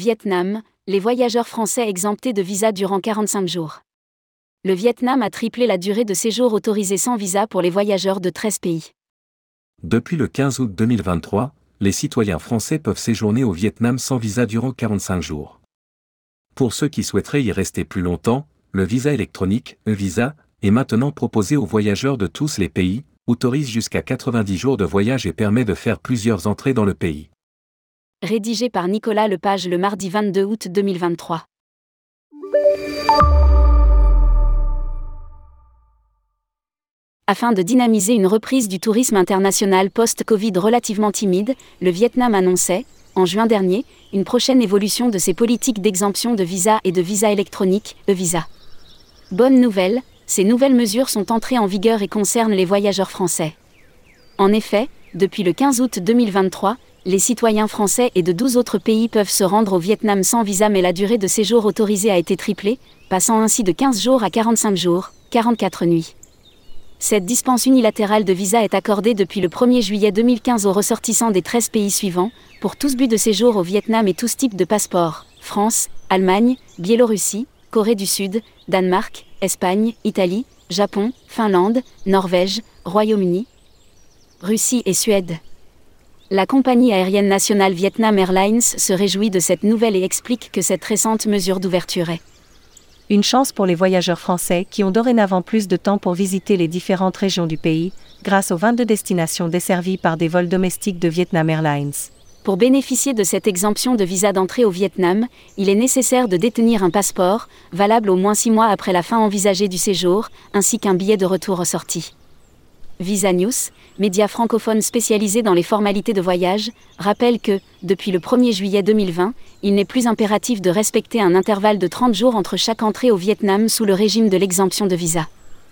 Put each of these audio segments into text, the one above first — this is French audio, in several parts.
Vietnam, les voyageurs français exemptés de visa durant 45 jours. Le Vietnam a triplé la durée de séjour autorisée sans visa pour les voyageurs de 13 pays. Depuis le 15 août 2023, les citoyens français peuvent séjourner au Vietnam sans visa durant 45 jours. Pour ceux qui souhaiteraient y rester plus longtemps, le visa électronique, e-visa, est maintenant proposé aux voyageurs de tous les pays, autorise jusqu'à 90 jours de voyage et permet de faire plusieurs entrées dans le pays. Rédigé par Nicolas Lepage le mardi 22 août 2023. Afin de dynamiser une reprise du tourisme international post-Covid relativement timide, le Vietnam annonçait, en juin dernier, une prochaine évolution de ses politiques d'exemption de visa et de visa électronique, e-visa. Bonne nouvelle, ces nouvelles mesures sont entrées en vigueur et concernent les voyageurs français. En effet, depuis le 15 août 2023, les citoyens français et de 12 autres pays peuvent se rendre au Vietnam sans visa, mais la durée de séjour autorisée a été triplée, passant ainsi de 15 jours à 45 jours, 44 nuits. Cette dispense unilatérale de visa est accordée depuis le 1er juillet 2015 aux ressortissants des 13 pays suivants, pour tous buts de séjour au Vietnam et tous types de passeports: France, Allemagne, Biélorussie, Corée du Sud, Danemark, Espagne, Italie, Japon, Finlande, Norvège, Royaume-Uni, Russie et Suède. La compagnie aérienne nationale Vietnam Airlines se réjouit de cette nouvelle et explique que cette récente mesure d'ouverture est une chance pour les voyageurs français qui ont dorénavant plus de temps pour visiter les différentes régions du pays, grâce aux 22 destinations desservies par des vols domestiques de Vietnam Airlines. Pour bénéficier de cette exemption de visa d'entrée au Vietnam, il est nécessaire de détenir un passeport, valable au moins 6 mois après la fin envisagée du séjour, ainsi qu'un billet de retour ressorti. Visa News, média francophone spécialisé dans les formalités de voyage, rappelle que, depuis le 1er juillet 2020, il n'est plus impératif de respecter un intervalle de 30 jours entre chaque entrée au Vietnam sous le régime de l'exemption de visa.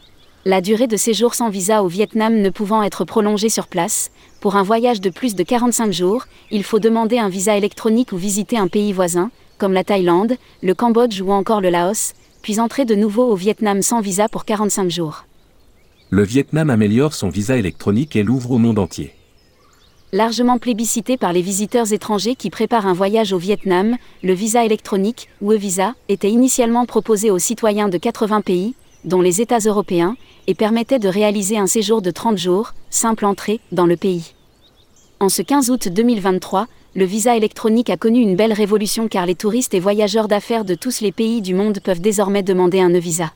La durée de séjour sans visa au Vietnam ne pouvant être prolongée sur place, pour un voyage de plus de 45 jours, il faut demander un visa électronique ou visiter un pays voisin, comme la Thaïlande, le Cambodge ou encore le Laos, puis entrer de nouveau au Vietnam sans visa pour 45 jours. Le Vietnam améliore son visa électronique et l'ouvre au monde entier. Largement plébiscité par les visiteurs étrangers qui préparent un voyage au Vietnam, le visa électronique, ou e-visa, était initialement proposé aux citoyens de 80 pays, dont les États européens, et permettait de réaliser un séjour de 30 jours, simple entrée, dans le pays. En ce 15 août 2023, le visa électronique a connu une belle révolution car les touristes et voyageurs d'affaires de tous les pays du monde peuvent désormais demander un e-visa.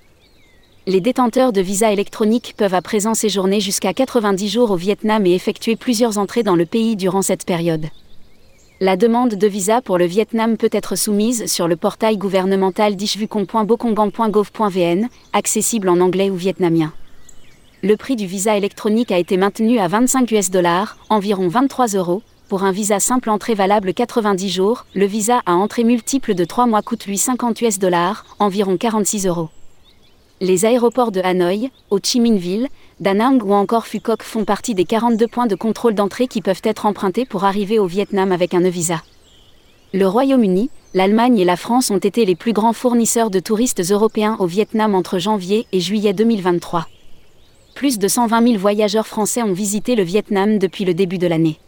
Les détenteurs de visa électronique peuvent à présent séjourner jusqu'à 90 jours au Vietnam et effectuer plusieurs entrées dans le pays durant cette période. La demande de visa pour le Vietnam peut être soumise sur le portail gouvernemental dichvucong.bocongam.gov.vn, accessible en anglais ou vietnamien. Le prix du visa électronique a été maintenu à 25 $, environ 23 €, pour un visa simple entrée valable 90 jours. Le visa à entrée multiple de 3 mois coûte lui 50 $, environ 46 €. Les aéroports de Hanoï, Ho Chi Minh Ville, Da Nang ou encore Phu Quoc font partie des 42 points de contrôle d'entrée qui peuvent être empruntés pour arriver au Vietnam avec un e-visa. Le Royaume-Uni, l'Allemagne et la France ont été les plus grands fournisseurs de touristes européens au Vietnam entre janvier et juillet 2023. Plus de 120 000 voyageurs français ont visité le Vietnam depuis le début de l'année.